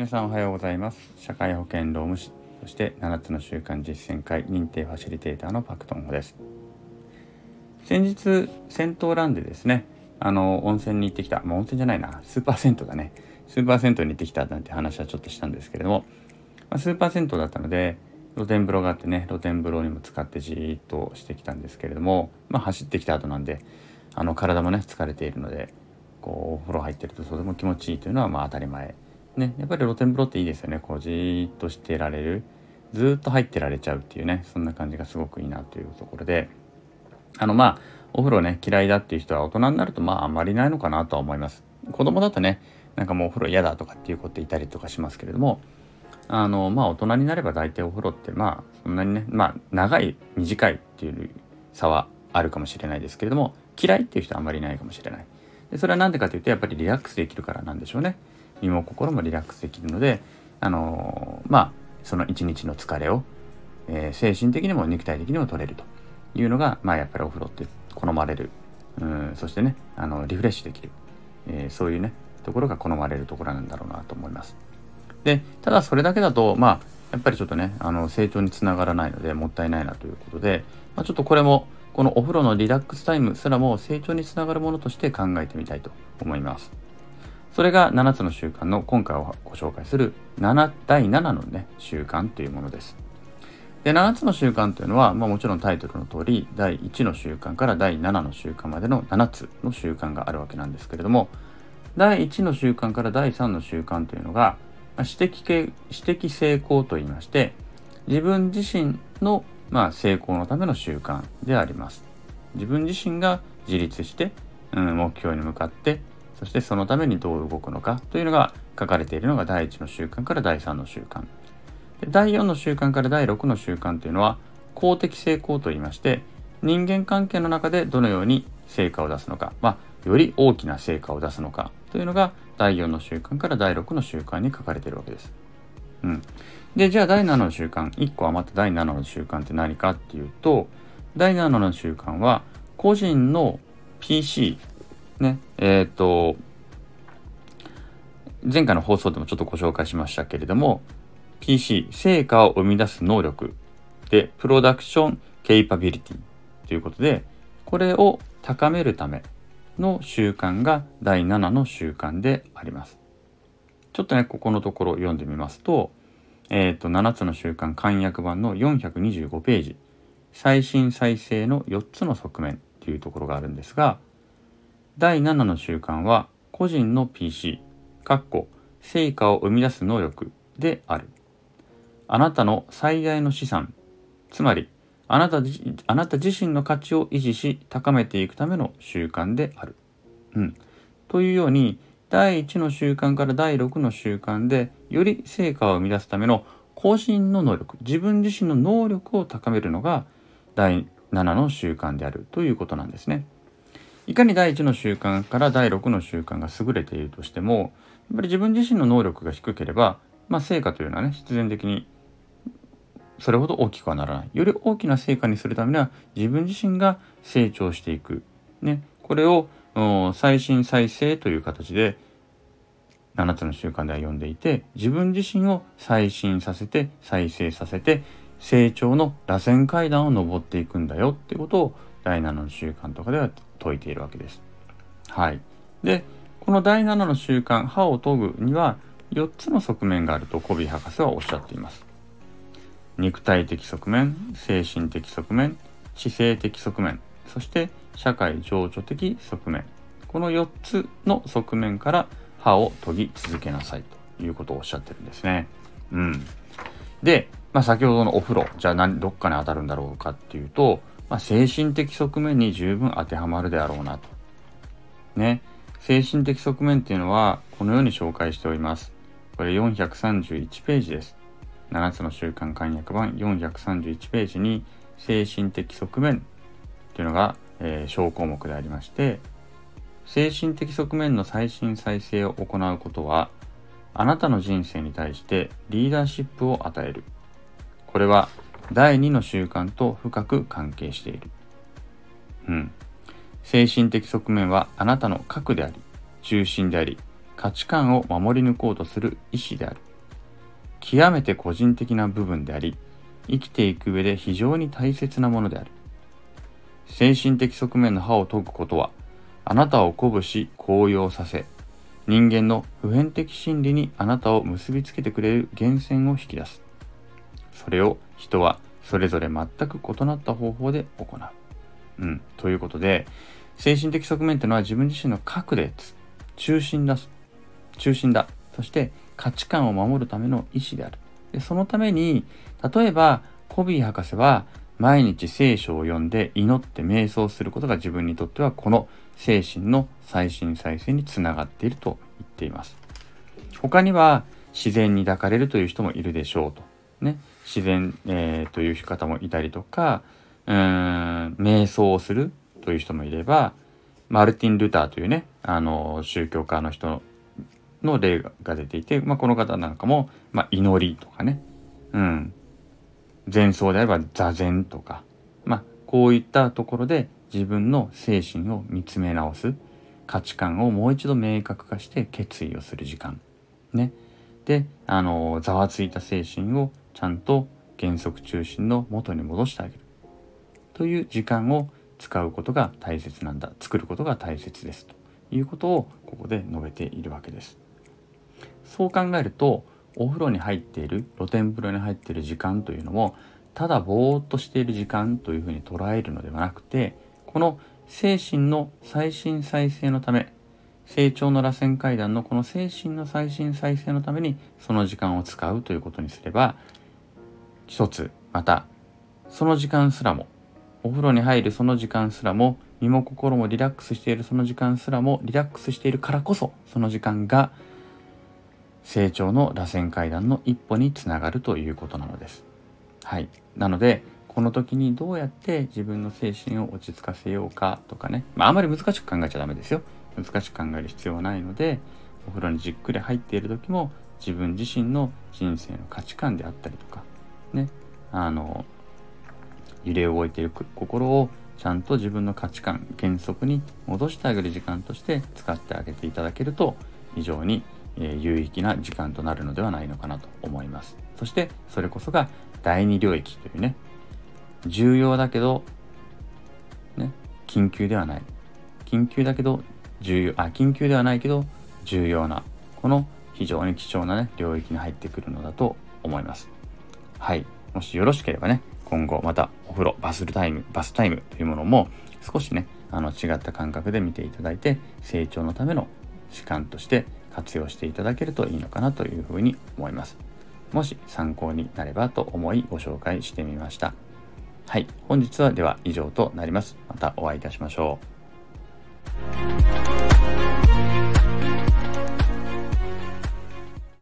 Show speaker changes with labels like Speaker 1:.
Speaker 1: 皆さんおはようございます。社会保険労務士、そして7つの習慣実践会認定ファシリテーターのパクトンホです。先日銭湯ランでですね、温泉に行ってきた、温泉じゃないな、スーパー銭湯だね。スーパー銭湯に行ってきたなんて話はちょっとしたんですけれども、スーパー銭湯だったので露天風呂があってね、露天風呂にも使ってじーっとしてきたんですけれども、走ってきた後なんで体もね疲れているので、お風呂入ってるととても気持ちいいというのは当たり前ね。やっぱり露天風呂っていいですよね。じーっとしてられる、ずっと入ってられちゃうっていうね、そんな感じがすごくいいなというところで、お風呂ね嫌いだっていう人は大人になるとあんまりいないのかなとは思います。子供だとね、もうお風呂嫌だとかっていう子っていたりとかしますけれども、大人になれば大体お風呂ってそんなにね、長い短いっていう差はあるかもしれないですけれども、嫌いっていう人はあんまりいないかもしれない。でそれは何でかというと、やっぱりリラックスできるからなんでしょうね。身も心もリラックスできるので、その一日の疲れを、精神的にも肉体的にも取れるというのが、やっぱりお風呂って好まれる、そしてねリフレッシュできる、そういうねところが好まれるところなんだろうなと思います。でただそれだけだとやっぱりちょっとね成長につながらないのでもったいないなということで、ちょっとこれもこのお風呂のリラックスタイムすらも成長につながるものとして考えてみたいと思います。それが7つの習慣の今回ご紹介する第7のね習慣というものです。で7つの習慣というのは、もちろんタイトルの通り第1の習慣から第7の習慣までの7つの習慣があるわけなんですけれども、第1の習慣から第3の習慣というのが私的成功といいまして、自分自身の成功のための習慣であります。自分自身が自立して、目標に向かって、そしてそのためにどう動くのかというのが書かれているのが第1の習慣から第3の習慣で、第4の習慣から第6の習慣というのは公的成功といいまして、人間関係の中でどのように成果を出すのか、より大きな成果を出すのかというのが第4の習慣から第6の習慣に書かれているわけです。でじゃあ第7の習慣、1個余った第7の習慣って何かっていうと、第7の習慣は個人の PC ね、前回の放送でもちょっとご紹介しましたけれども、 PC 成果を生み出す能力でプロダクションケイパビリティということで、これを高めるための習慣が第7の習慣であります。ちょっとねここのところ読んでみますと、7つの習慣簡約版の425ページ、再審再生の4つの側面というところがあるんですが、第7の習慣は個人の PC 成果を生み出す能力である。あなたの最大の資産、つまりあなた自身の価値を維持し高めていくための習慣である。というように第1の習慣から第6の習慣でより成果を生み出すための個人の能力、自分自身の能力を高めるのが第7の習慣であるということなんですね。いかに第1の習慣から第6の習慣が優れているとしても、やっぱり自分自身の能力が低ければ、成果というのはね必然的にそれほど大きくはならない。より大きな成果にするためには自分自身が成長していく、これを再審再生という形で7つの習慣では読んでいて、自分自身を再審させて再生させて成長の螺旋階段を登っていくんだよっていうことを第7の習慣とかでは説いているわけです。でこの第7の習慣、歯を研ぐには4つの側面があるとコビー博士はおっしゃっています。肉体的側面、精神的側面、知性的側面、そして社会情緒的側面、この4つの側面から歯を研ぎ続けなさいということをおっしゃってるんですね。で、先ほどのお風呂、じゃあどっかに当たるんだろうかっていうと、精神的側面に十分当てはまるであろうなと。精神的側面っていうのはこのように紹介しております。これ431ページです。7つの習慣簡約版431ページに精神的側面というのが、小項目でありまして、精神的側面の再審再生を行うことはあなたの人生に対してリーダーシップを与える。これは第2の習慣と深く関係している。精神的側面はあなたの核であり中心であり、価値観を守り抜こうとする意志である。 極めて個人的な部分であり、生きていく上で非常に大切なものである。精神的側面の歯を研ぐことは、あなたを鼓舞し高揚させ、人間の普遍的心理にあなたを結びつけてくれる源泉を引き出す。それを人はそれぞれ全く異なった方法で行う。ということで、精神的側面というのは自分自身の核で中心だ。そして価値観を守るための意志である。でそのために、例えばコビー博士は毎日聖書を読んで祈って瞑想することが自分にとってはこの精神の再生につながっていると言っています。他には自然に抱かれるという人もいるでしょうと。自然、という方もいたりとか、瞑想をするという人もいれば、マルティン・ルターというね、宗教家の人の例が出ていて、この方なんかも、祈りとかね、禅僧であれば座禅とか、こういったところで自分の精神を見つめ直す、価値観をもう一度明確化して決意をする時間ね。で、ざわついた精神をちゃんと原則中心の元に戻してあげるという時間を使うことが大切なんだ、作ることが大切ですということをここで述べているわけです。そう考えると、お風呂に入っている、露天風呂に入っている時間というのも、ただぼーっとしている時間というふうに捉えるのではなくて、この精神の再生のため、成長の螺旋階段のこの精神の再生のためにその時間を使うということにすれば、一つ、またその時間すらも、お風呂に入るその時間すらも、身も心もリラックスしているその時間すらも、リラックスしているからこそ、その時間が成長の螺旋階段の一歩につながるということなのです。なので、この時にどうやって自分の精神を落ち着かせようかとかね、あまり難しく考えちゃダメですよ。難しく考える必要はないので、お風呂にじっくり入っている時も自分自身の人生の価値観であったりとかね、揺れ動いている心をちゃんと自分の価値観、原則に戻してあげる時間として使ってあげていただけると、非常に有意義な時間となるのではないのかなと思います。そしてそれこそが第二領域というね、重要だけど緊急ではない、緊急ではないけど重要な、この非常に貴重な領域に入ってくるのだと思います。もしよろしければね、今後またお風呂バスタイムというものも少しね、違った感覚で見ていただいて、成長のための時間として活用していただけるといいのかなというふうに思います。もし参考になればと思いご紹介してみました。本日はでは以上となります。またお会いいたしましょう。